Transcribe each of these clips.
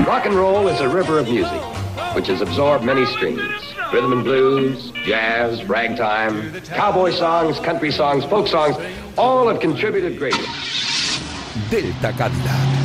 Rock and roll is a river of music, which has absorbed many streams. Rhythm and blues, jazz, ragtime, cowboy songs, country songs, folk songs, all have contributed greatly. Delta Cadillac.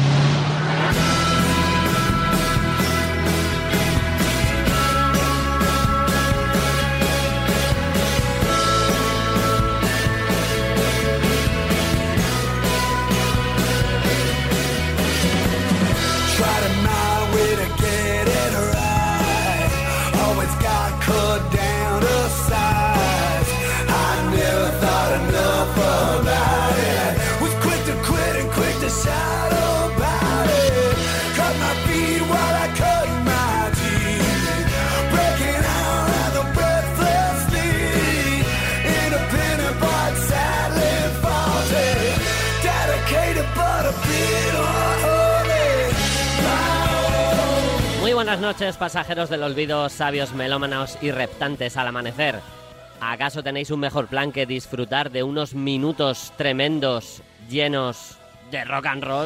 Muy buenas noches, pasajeros del olvido, sabios melómanos y reptantes al amanecer. ¿Acaso tenéis un mejor plan que disfrutar de unos minutos tremendos llenos de rock and roll?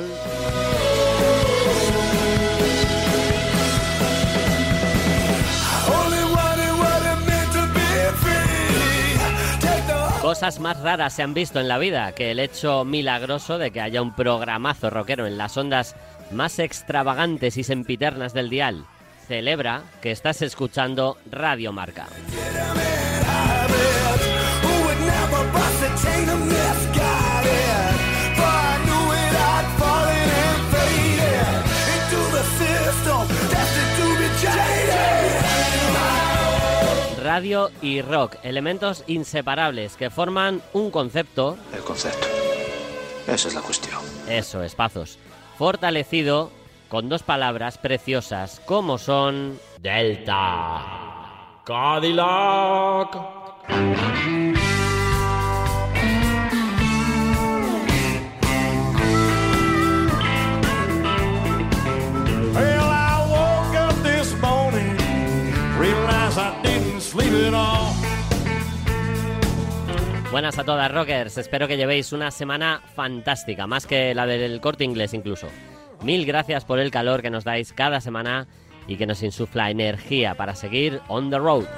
Cosas más raras se han visto en la vida que el hecho milagroso de que haya un programazo rockero en las ondas más extravagantes y sempiternas del dial. Celebra que estás escuchando Radio Marca. Radio y rock, elementos inseparables que forman un concepto. El concepto. Esa es la cuestión. Eso es, Pazos. Fortalecido con dos palabras preciosas como son Delta Cadillac. Well, I woke up this morning, realized I didn't sleep at all. Buenas a todas, rockers. Espero que llevéis una semana fantástica, más que la del Corte Inglés incluso. Mil gracias por el calor que nos dais cada semana y que nos insufla energía para seguir on the road.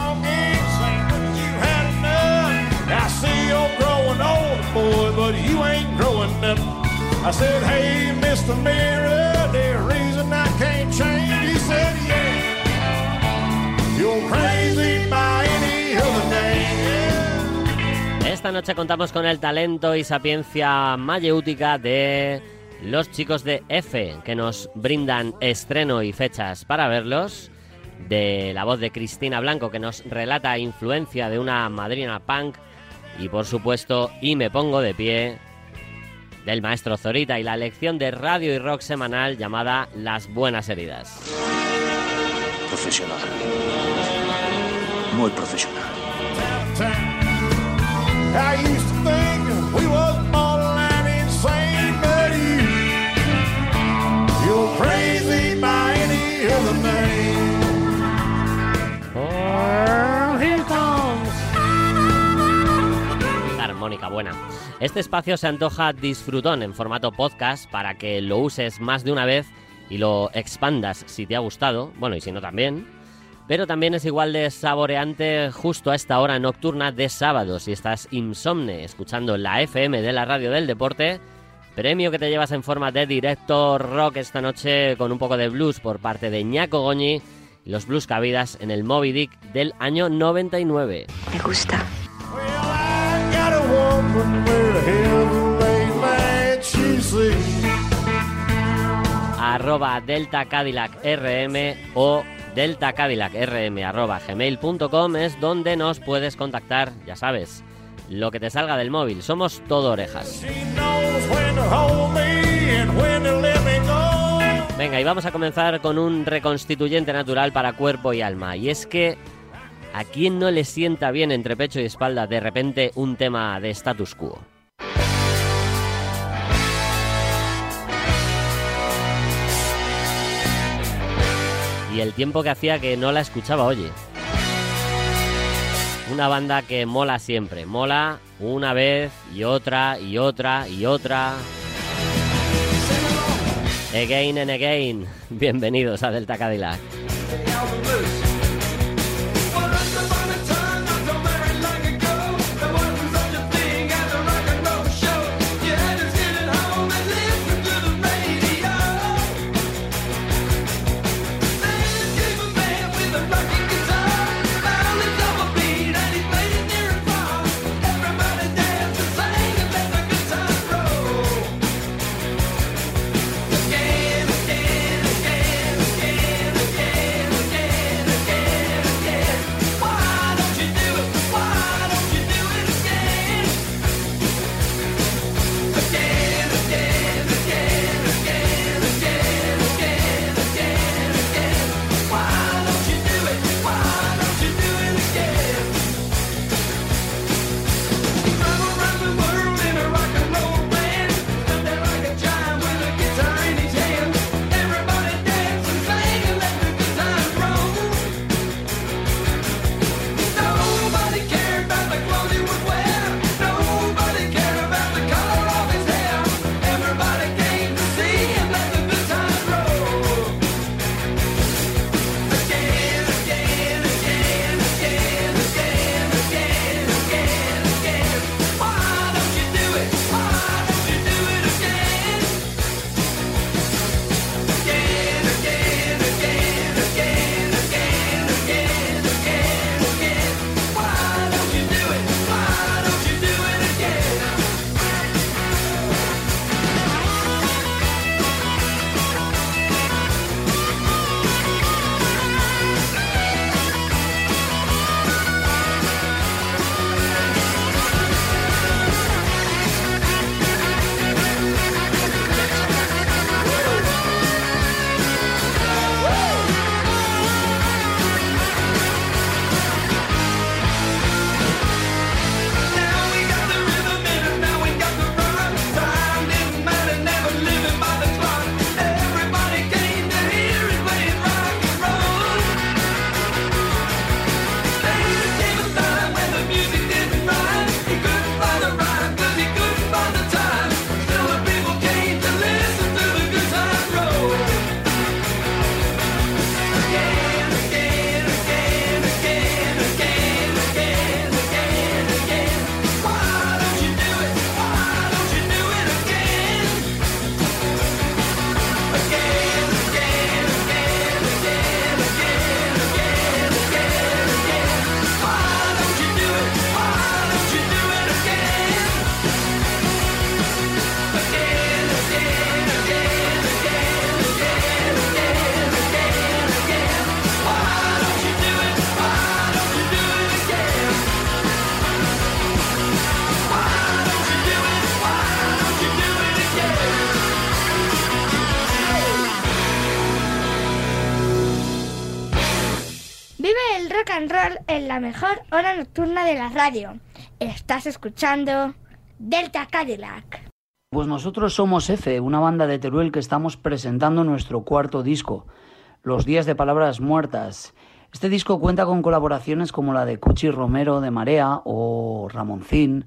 Esta noche contamos con el talento y sapiencia mayéutica de los chicos de F, que nos brindan estreno y fechas para verlos, de la voz de Cristina Blanco, que nos relata influencia de una madrina punk, y por supuesto, y me pongo de pie, del maestro Zorita y la lección de radio y rock semanal llamada Las Buenas Heridas. Profesional. Muy profesional. I used to think we was borderline insane, but you're crazy by any other name. Oh, here comes. Armónica buena. Este espacio se antoja disfrutón en formato podcast para que lo uses más de una vez y lo expandas si te ha gustado, bueno, y si no también. Pero también es igual de saboreante justo a esta hora nocturna de sábado si estás insomne escuchando la FM de la radio del deporte. Premio que te llevas en forma de directo rock esta noche con un poco de blues por parte de Ñaco Goñi y los blues cabidas en el Moby Dick del año 99. Me gusta. @Delta Cadillac RM o deltacadillacrm@gmail.com es donde nos puedes contactar, ya sabes, lo que te salga del móvil. Somos todo orejas. Venga, y vamos a comenzar con un reconstituyente natural para cuerpo y alma. Y es que ¿a quién no le sienta bien entre pecho y espalda de repente un tema de status quo? Y el tiempo que hacía que no la escuchaba, oye. Una banda que mola siempre, mola una vez y otra y otra y otra. Again and again. Bienvenidos a Delta Cadillac. rock and roll en la mejor hora nocturna de la radio. Estás escuchando Delta Cadillac. Pues nosotros somos F, una banda de Teruel que estamos presentando nuestro cuarto disco, Los Días de Palabras Muertas. Este disco cuenta con colaboraciones como la de Cuchi Romero de Marea o Ramoncín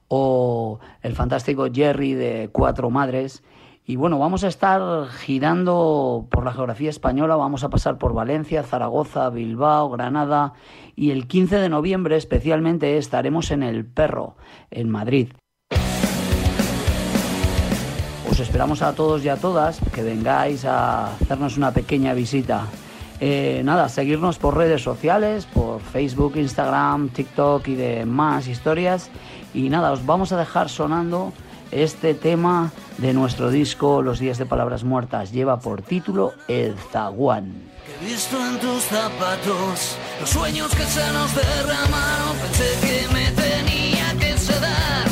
o el fantástico Jerry de Cuatro Madres. Y bueno, vamos a estar girando por la geografía española, vamos a pasar por Valencia, Zaragoza, Bilbao, Granada y el 15 de noviembre especialmente estaremos en El Perro, en Madrid. Os esperamos a todos y a todas que vengáis a hacernos una pequeña visita. Seguirnos por redes sociales, por Facebook, Instagram, TikTok y demás historias. Y nada, os vamos a dejar sonando este tema de nuestro disco Los Días de Palabras Muertas. Lleva por título El Zaguán. He visto en tus zapatos los sueños que se nos derramaron. Pensé que me tenía que sedar.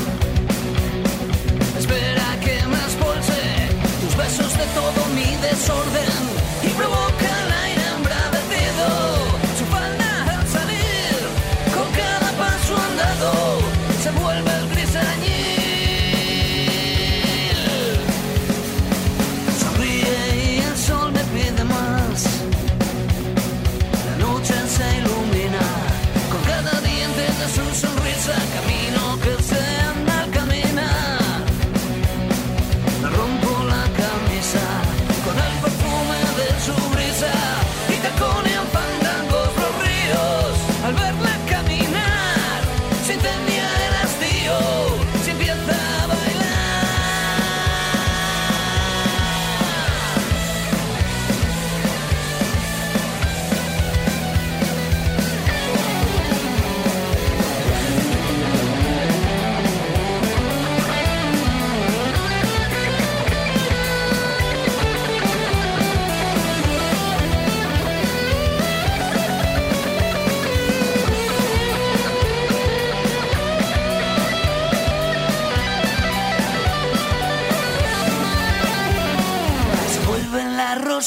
Espera que me expulse tus besos de todo mi desorden y provoca el aire embravecido. Su falda al salir, con cada paso andado, se vuelve el gris añil. Sonríe y el sol me pide más. La noche se ilumina con cada diente de su sonrisa. Camino que se anda al caminar. Me rompo la camisa con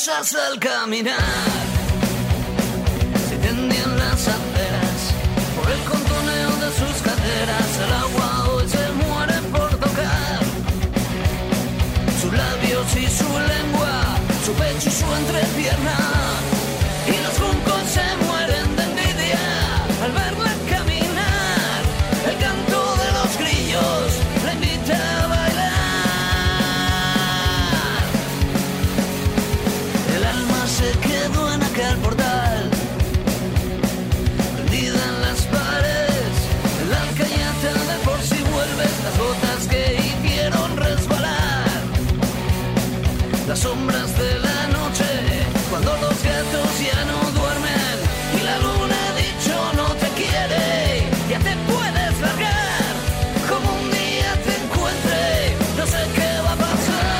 cosas al caminar. Se tendían las aceras por el contoneo de sus caderas. El agua hoy se muere por tocar sus labios y su lengua, su pecho y su entrepierna. Y los juncos se mueren de envidia al verla caminar. El canto de los grillos la invita a bailar. El alma se quedó en aquel portal, prendida en las paredes, en la alcañata de por si vuelves, las gotas que hicieron resbalar las sombras de la noche, cuando los gatos ya no duermen y la luna ha dicho no te quiere. Ya te puedes largar, como un día te encuentre, no sé qué va a pasar.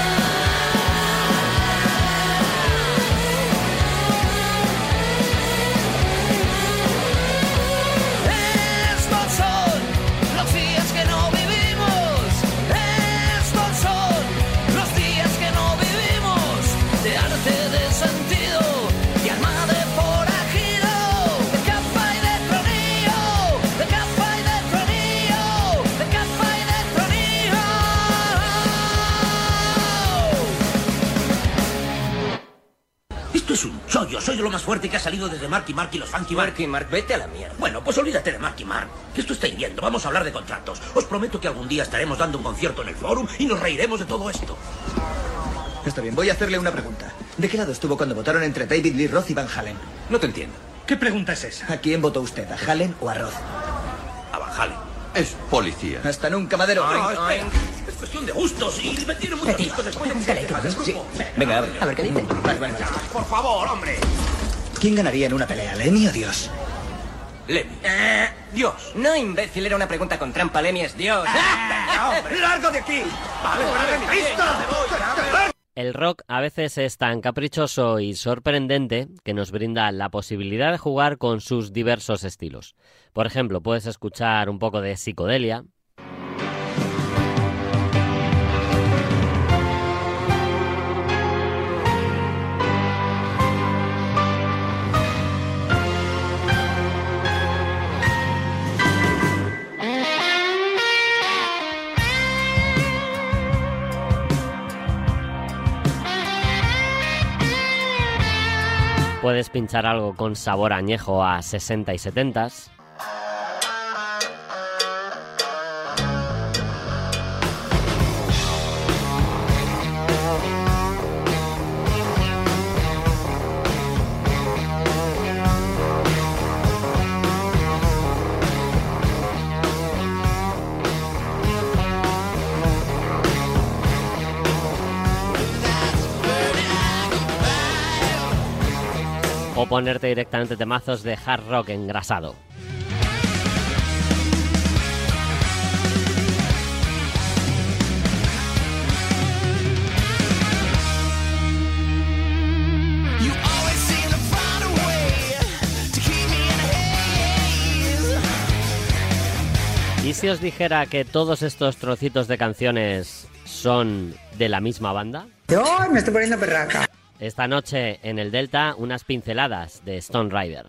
Estos son los días que no vivimos. Estos son los días que no vivimos. De arte, de sentido, de alma de forajido, de capa y de tronillo, de capa y de tronillo, de capa y de tronillo. Esto es un chollo, soy lo más fuerte que ha salido desde Marky Mark y los Funky Mark. Marky Mark, vete a la mierda. Bueno, pues olvídate de Marky Mark, que esto está hirviendo. Vamos a hablar de contratos. Os prometo que algún día estaremos dando un concierto en el Forum y nos reiremos de todo esto. Está bien, voy a hacerle una pregunta. ¿De qué lado estuvo cuando votaron entre David Lee Roth y Van Halen? No te entiendo. ¿Qué pregunta es esa? ¿A quién votó usted? ¿A Halen o a Roth? A Van Halen. Es policía. Hasta nunca, Madero. No, espera. Es cuestión de gustos y me tiene muchos discos después de Sí. Venga, abre. A ver qué dice. Vale. Por favor, hombre. ¿Quién ganaría en una pelea, Lemmy o Dios? Lemmy. Dios. No, imbécil, era una pregunta con trampa. Lemmy es Dios. ¡Largo de aquí! El rock a veces es tan caprichoso y sorprendente que nos brinda la posibilidad de jugar con sus diversos estilos. Por ejemplo, puedes escuchar un poco de psicodelia, puedes pinchar algo con sabor añejo a 60 y 70s. O ponerte directamente temazos de hard rock engrasado. ¿Y si os dijera que todos estos trocitos de canciones son de la misma banda? ¡Ay, me estoy poniendo perraca! Esta noche en el Delta, unas pinceladas de Stone Rider.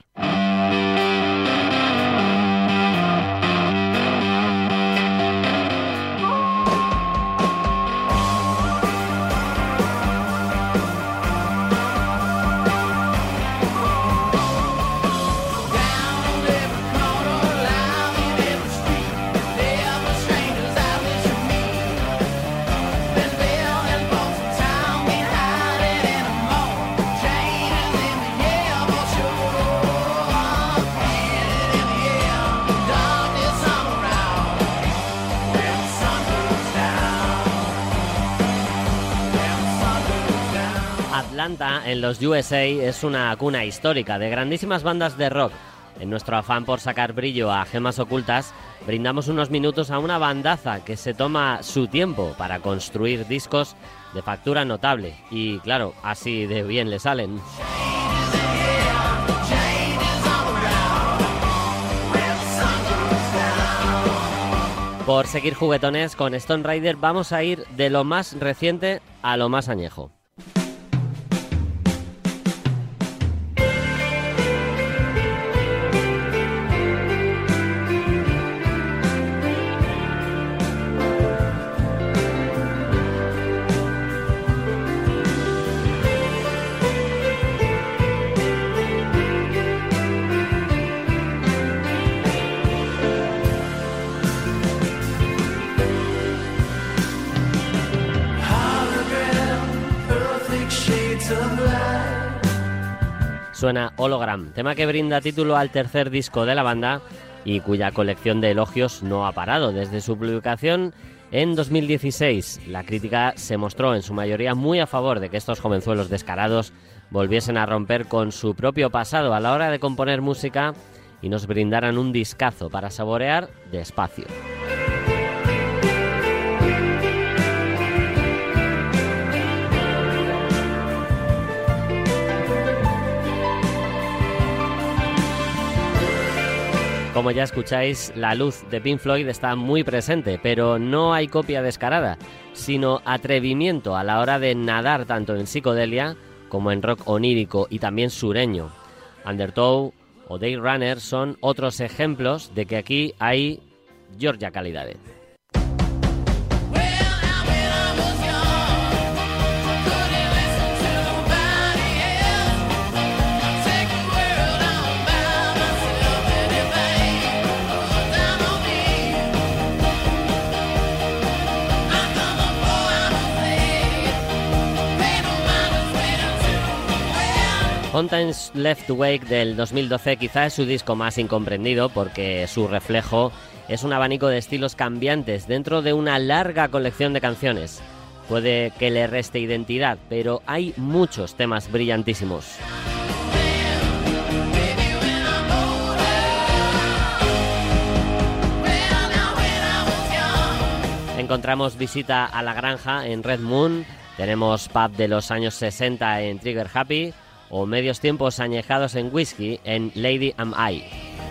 Atlanta, en los USA, es una cuna histórica de grandísimas bandas de rock. En nuestro afán por sacar brillo a gemas ocultas, brindamos unos minutos a una bandaza que se toma su tiempo para construir discos de factura notable. Y claro, así de bien le salen. Por seguir juguetones, con Stone Rider vamos a ir de lo más reciente a lo más añejo. suena Hologram, tema que brinda título al tercer disco de la banda y cuya colección de elogios no ha parado desde su publicación en 2016. La crítica se mostró en su mayoría muy a favor de que estos jovenzuelos descarados volviesen a romper con su propio pasado a la hora de componer música y nos brindaran un discazo para saborear despacio. Como ya escucháis, la luz de Pink Floyd está muy presente, pero no hay copia descarada, sino atrevimiento a la hora de nadar tanto en psicodelia como en rock onírico y también sureño. Undertow o Day Runner son otros ejemplos de que aquí hay Georgia calidades. Fountains Left Wake del 2012 quizá es su disco más incomprendido porque su reflejo es un abanico de estilos cambiantes dentro de una larga colección de canciones. Puede que le reste identidad, pero hay muchos temas brillantísimos. Encontramos Visita a la Granja en Red Moon, tenemos pub de los años 60 en Trigger Happy, o medios tiempos añejados en whisky en Lady Am I.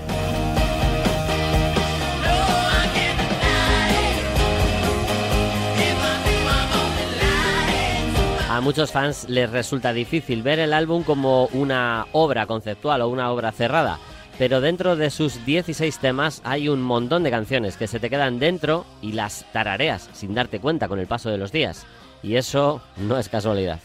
A muchos fans les resulta difícil ver el álbum como una obra conceptual o una obra cerrada, pero dentro de sus 16 temas hay un montón de canciones que se te quedan dentro y las tarareas sin darte cuenta con el paso de los días, y eso no es casualidad.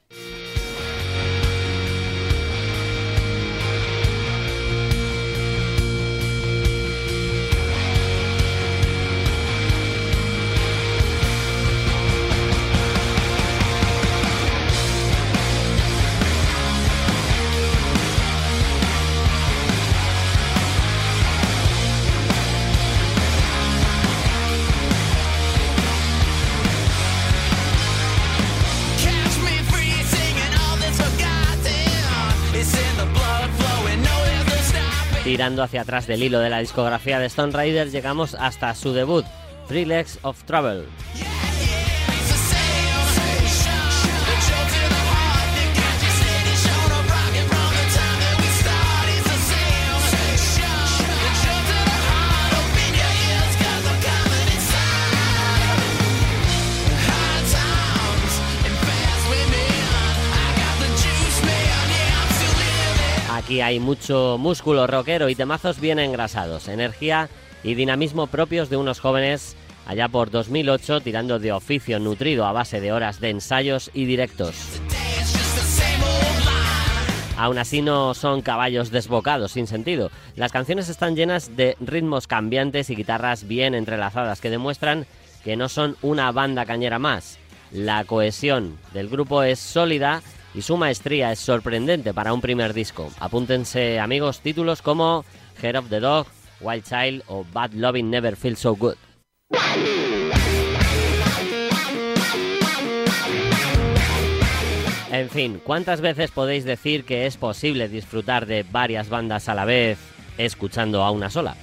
Tirando hacia atrás del hilo de la discografía de Stone Rider, llegamos hasta su debut, Three Legs of Travel. Aquí hay mucho músculo rockero y temazos bien engrasados, energía y dinamismo propios de unos jóvenes allá por 2008 tirando de oficio nutrido a base de horas de ensayos y directos. Aún así no son caballos desbocados sin sentido. Las canciones están llenas de ritmos cambiantes y guitarras bien entrelazadas que demuestran que no son una banda cañera más. La cohesión del grupo es sólida y su maestría es sorprendente para un primer disco. Apúntense, amigos, títulos como Head of the Dog, Wild Child o Bad Loving Never Feels So Good. En fin, ¿cuántas veces podéis decir que es posible disfrutar de varias bandas a la vez escuchando a una sola?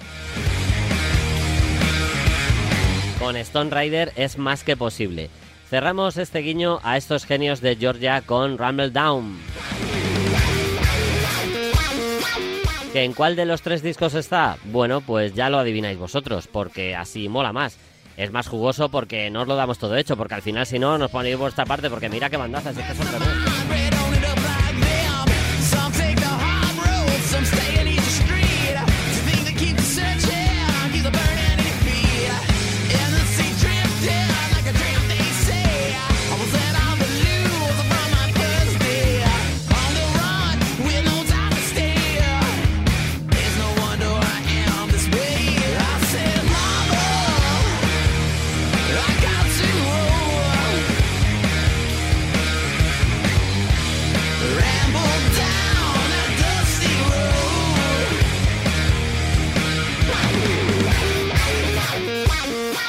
Con Stone Rider es más que posible. Cerramos este guiño a estos genios de Georgia con Rumble Down. ¿Que en cuál de los tres discos está? Bueno, pues ya lo adivináis vosotros, porque así mola más. Es más jugoso porque no os lo damos todo hecho, porque al final si no nos ponéis vuestra parte, porque mira qué bandazas, es que son tremendas.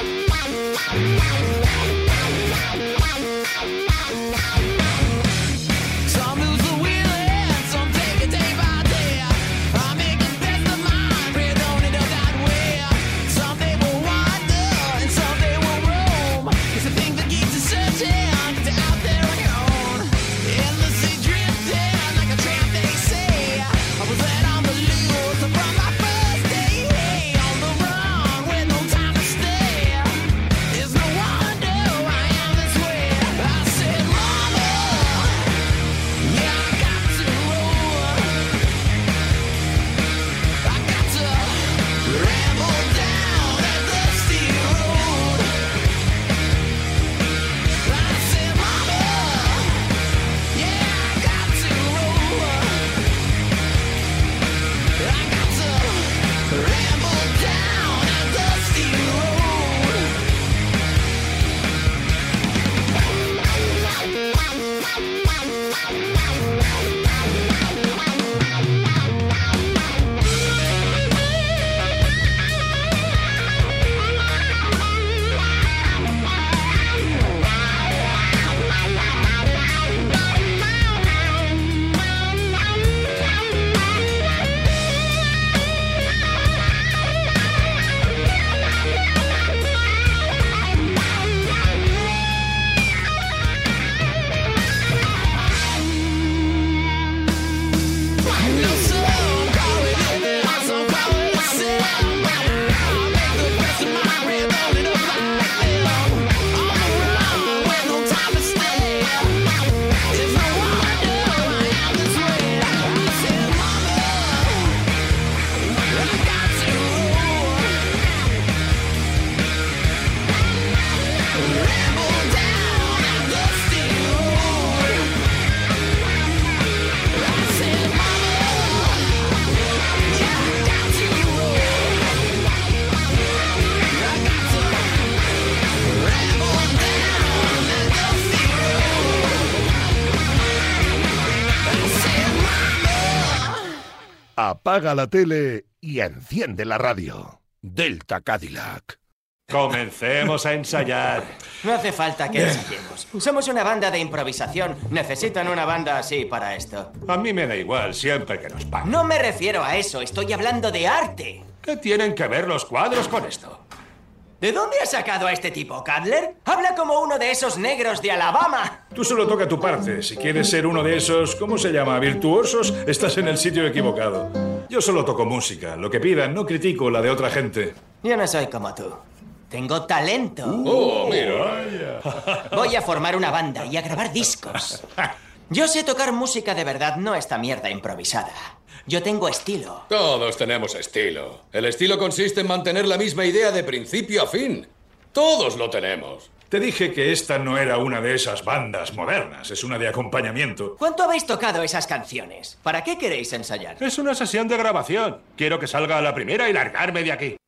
Apaga la tele y enciende la radio. Delta Cadillac. Comencemos a ensayar. No hace falta que ensayemos. Somos una banda de improvisación. Necesitan una banda así para esto. A mí me da igual, siempre que nos paguen. No me refiero a eso, estoy hablando de arte. ¿Qué tienen que ver los cuadros con esto? ¿De dónde has sacado a este tipo, Cadler? Habla como uno de esos negros de Alabama. Tú solo toca tu parte. Si quieres ser uno de esos, ¿cómo se llama? ¿Virtuosos? Estás en el sitio equivocado. Yo solo toco música. Lo que pidan, no critico la de otra gente. Yo no soy como tú. Tengo talento. ¡Oh, mira! Voy a formar una banda y a grabar discos. Yo sé tocar música de verdad, no esta mierda improvisada. Yo tengo estilo. Todos tenemos estilo. El estilo consiste en mantener la misma idea de principio a fin. Todos lo tenemos. Te dije que esta no era una de esas bandas modernas, es una de acompañamiento. ¿Cuánto habéis tocado esas canciones? ¿Para qué queréis ensayar? Es una sesión de grabación. Quiero que salga a la primera y largarme de aquí.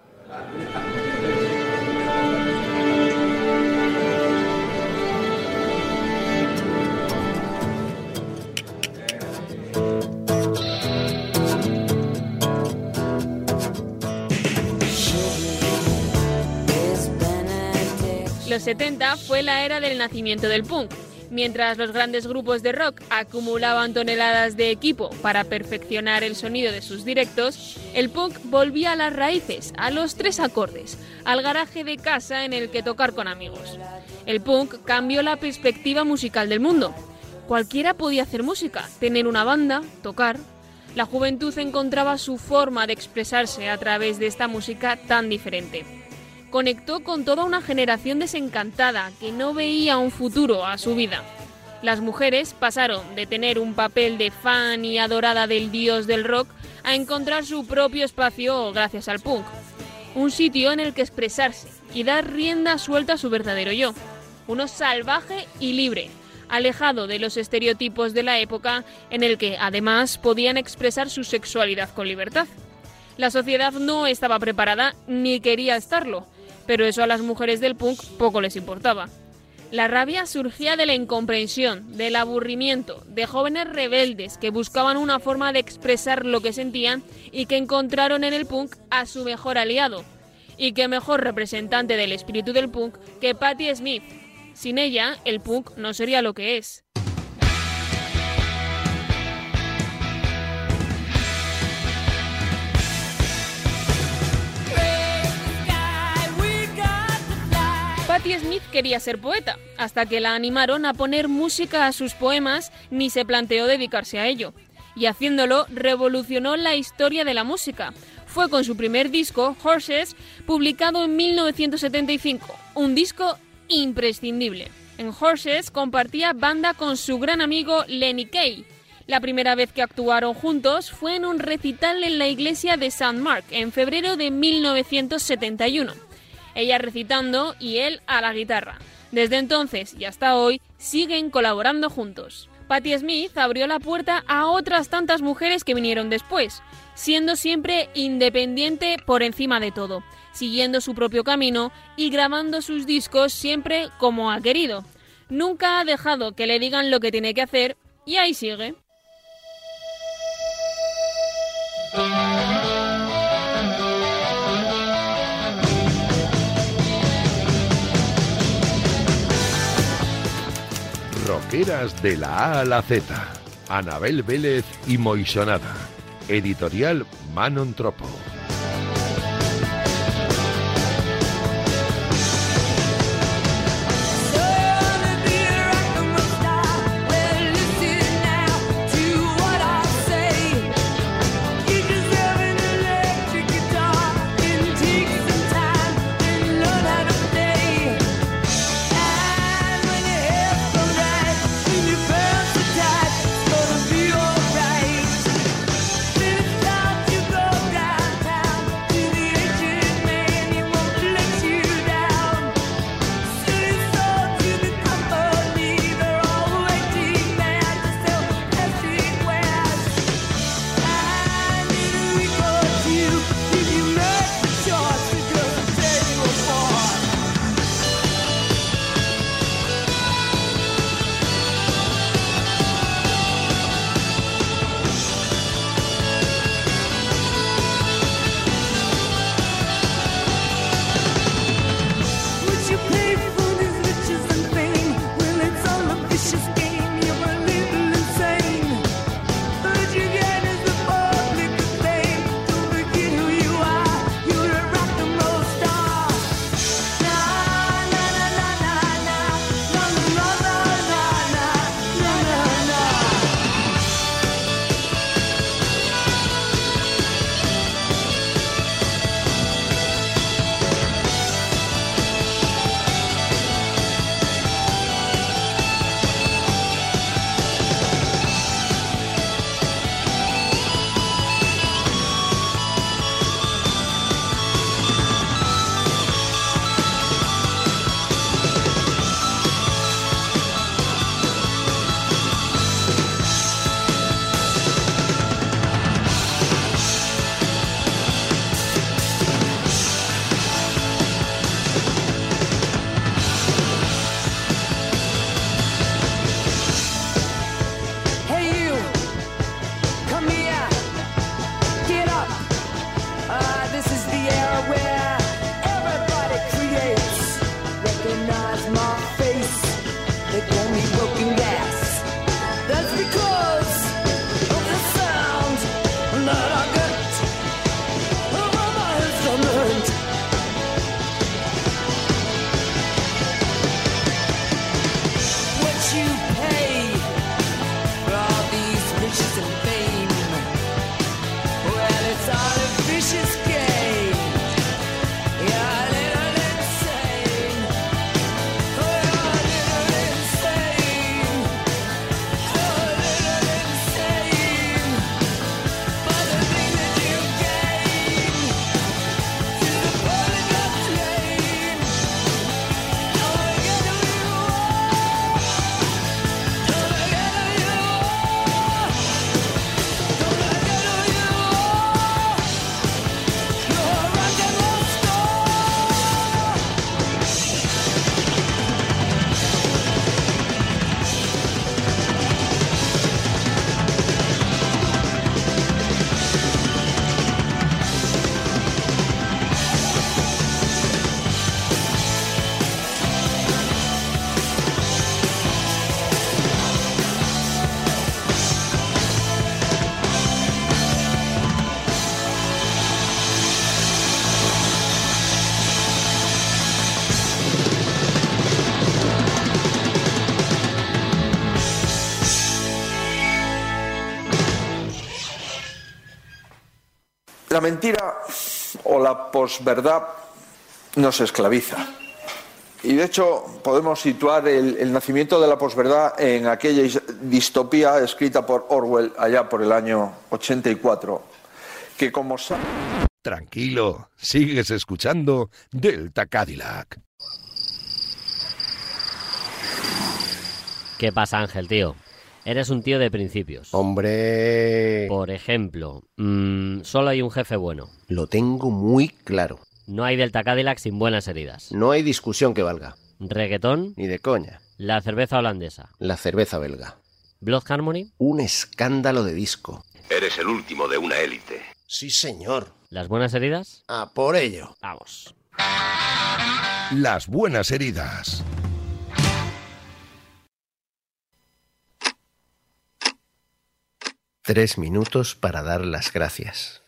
Los 70 fue la era del nacimiento del punk. Mientras los grandes grupos de rock acumulaban toneladas de equipo para perfeccionar el sonido de sus directos, el punk volvía a las raíces, a los 3 acordes, al garaje de casa en el que tocar con amigos. El punk cambió la perspectiva musical del mundo. Cualquiera podía hacer música, tener una banda, tocar. La juventud encontraba su forma de expresarse a través de esta música tan diferente. Conectó con toda una generación desencantada que no veía un futuro a su vida. Las mujeres pasaron de tener un papel de fan y adorada del dios del rock a encontrar su propio espacio gracias al punk. Un sitio en el que expresarse y dar rienda suelta a su verdadero yo. Uno salvaje y libre, alejado de los estereotipos de la época en el que además podían expresar su sexualidad con libertad. La sociedad no estaba preparada ni quería estarlo, pero eso a las mujeres del punk poco les importaba. La rabia surgía de la incomprensión, del aburrimiento, de jóvenes rebeldes que buscaban una forma de expresar lo que sentían y que encontraron en el punk a su mejor aliado. Y qué mejor representante del espíritu del punk que Patti Smith. Sin ella, el punk no sería lo que es. Patti Smith quería ser poeta, hasta que la animaron a poner música a sus poemas, ni se planteó dedicarse a ello. Y haciéndolo, revolucionó la historia de la música. Fue con su primer disco, Horses, publicado en 1975, un disco imprescindible. En Horses compartía banda con su gran amigo Lenny Kaye. La primera vez que actuaron juntos fue en un recital en la iglesia de St. Mark, en febrero de 1971. Ella recitando y él a la guitarra. Desde entonces y hasta hoy siguen colaborando juntos. Patti Smith abrió la puerta a otras tantas mujeres que vinieron después, siendo siempre independiente por encima de todo, siguiendo su propio camino y grabando sus discos siempre como ha querido. Nunca ha dejado que le digan lo que tiene que hacer y ahí sigue. Rockeras de la A a la Z. Anabel Vélez y Moisonada. Editorial Manon Tropo. la mentira o la posverdad nos esclaviza. Y de hecho podemos situar el nacimiento de la posverdad en aquella distopía escrita por Orwell allá por el año 84, que como Tranquilo, sigues escuchando Delta Cadillac. ¿Qué pasa, Ángel, tío? Eres un tío de principios. Hombre... Por ejemplo, solo hay un jefe bueno. Lo tengo muy claro. No hay Delta Cadillac sin buenas heridas. No hay discusión que valga. Reggaetón. Ni de coña. La cerveza holandesa. La cerveza belga. Blood Harmony. Un escándalo de disco. Eres el último de una élite. Sí, señor. ¿Las buenas heridas? A por ello. Vamos. Las buenas heridas. Tres minutos para dar las gracias.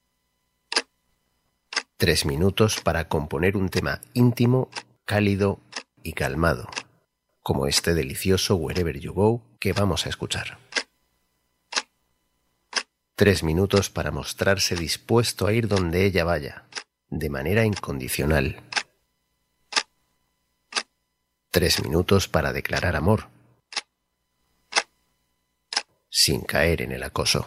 3 minutos para componer un tema íntimo, cálido y calmado, como este delicioso Wherever You Go que vamos a escuchar. 3 minutos para mostrarse dispuesto a ir donde ella vaya, de manera incondicional. 3 minutos para declarar amor, sin caer en el acoso.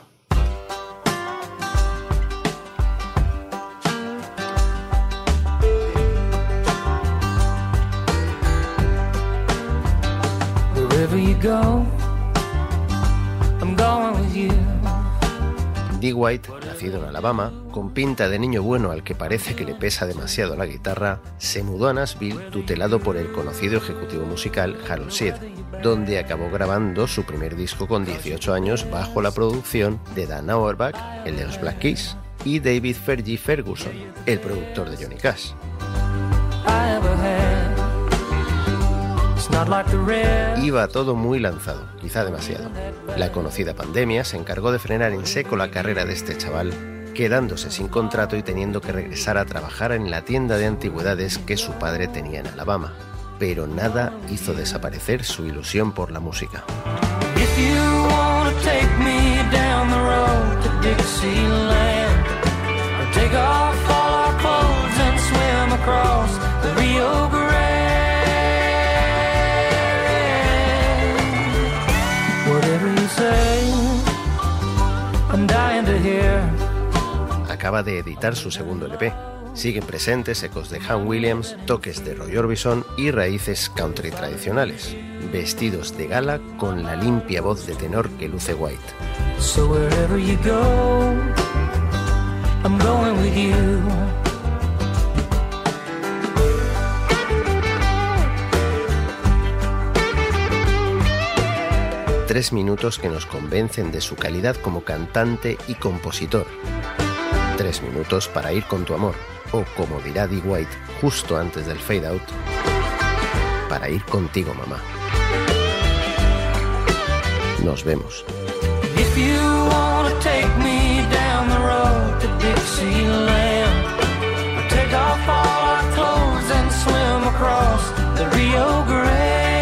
Dee White, nacido en Alabama, con pinta de niño bueno al que parece que le pesa demasiado la guitarra, se mudó a Nashville tutelado por el conocido ejecutivo musical Harold Seed, donde acabó grabando su primer disco con 18 años bajo la producción de Dan Auerbach, el de los Black Keys, y David Fergie Ferguson, el productor de Johnny Cash. Iba todo muy lanzado, quizá demasiado. La conocida pandemia se encargó de frenar en seco la carrera de este chaval, quedándose sin contrato y teniendo que regresar a trabajar en la tienda de antigüedades que su padre tenía en Alabama. Pero nada hizo desaparecer su ilusión por la música. Acaba de editar su segundo LP. Siguen presentes ecos de Han Williams, toques de Roy Orbison y raíces country tradicionales, vestidos de gala con la limpia voz de tenor que luce White. So wherever you go, I'm going with you. Tres minutos que nos convencen de su calidad como cantante y compositor. 3 minutos para ir con tu amor, o como dirá Dee White justo antes del fade out, para ir contigo, mamá. Nos vemos. If you wanna take me down the road to Dixieland, I'll take off all our clothes and swim across the Rio Grande.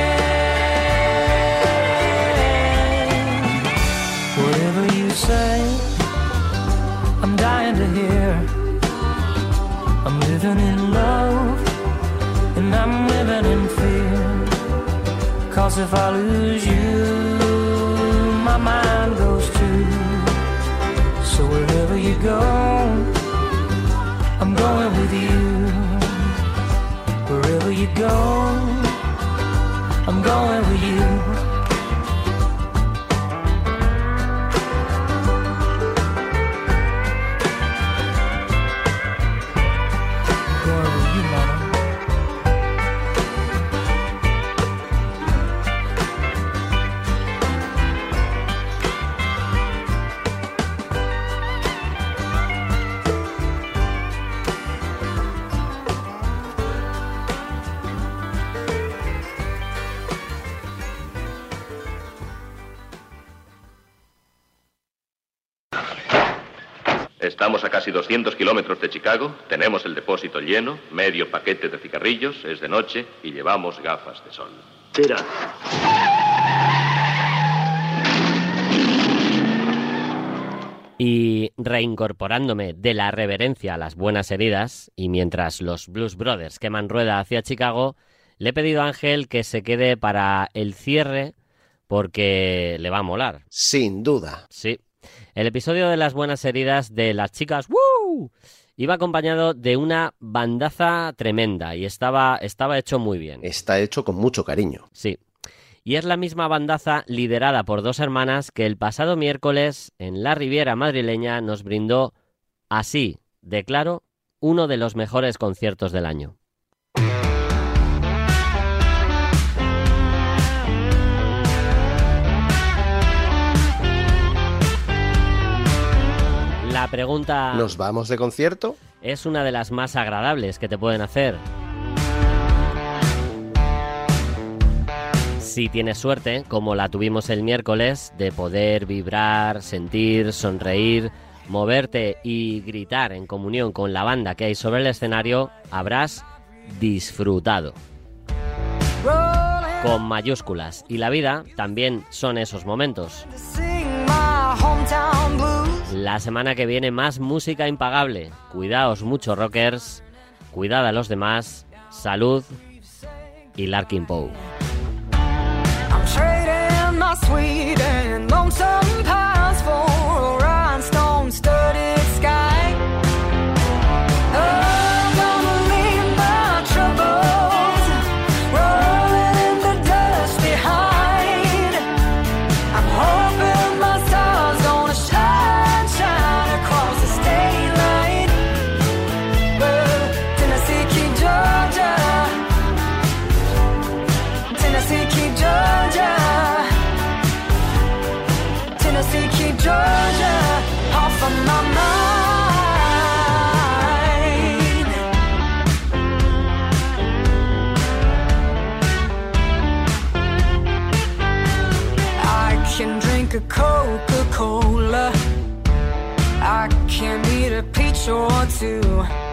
Whatever you say, I'm dying to hear. I'm living in love, and I'm living in fear. 'Cause if I lose you, my mind goes too. So wherever you go, I'm going with you. Wherever you go, I'm going with you. Estamos a casi 200 kilómetros de Chicago, tenemos el depósito lleno, medio paquete de cigarrillos, es de noche y llevamos gafas de sol. Tira. Y reincorporándome de la reverencia a las buenas heridas, y mientras los Blues Brothers queman rueda hacia Chicago, le he pedido a Ángel que se quede para el cierre porque le va a molar. Sin duda. Sí. El episodio de las buenas heridas de las chicas ¡woo! Iba acompañado de una bandaza tremenda y estaba hecho muy bien. Está hecho con mucho cariño. Sí. Y es la misma bandaza liderada por dos hermanas que el pasado miércoles en la Riviera madrileña nos brindó, así de claro, uno de los mejores conciertos del año. La pregunta... ¿Nos vamos de concierto? Es una de las más agradables que te pueden hacer. Si tienes suerte, como la tuvimos el miércoles, de poder vibrar, sentir, sonreír, moverte y gritar en comunión con la banda que hay sobre el escenario, habrás disfrutado. Con mayúsculas. Y la vida también son esos momentos. La semana que viene más música impagable. Cuidaos mucho, rockers. Cuidad a los demás. Salud y Larkin Poe. Trading my sweet and lonesome past for a rhinestone-studded sky. I'm gonna leave my troubles rolling in the dust behind. I'm hoping my star's gonna shine across the state line. Well, Tennessee, keep Georgia. Tennessee, keep Georgia. Tennessee, keep Georgia off of my mind. I can drink a Coca-Cola. I can eat a peach or two.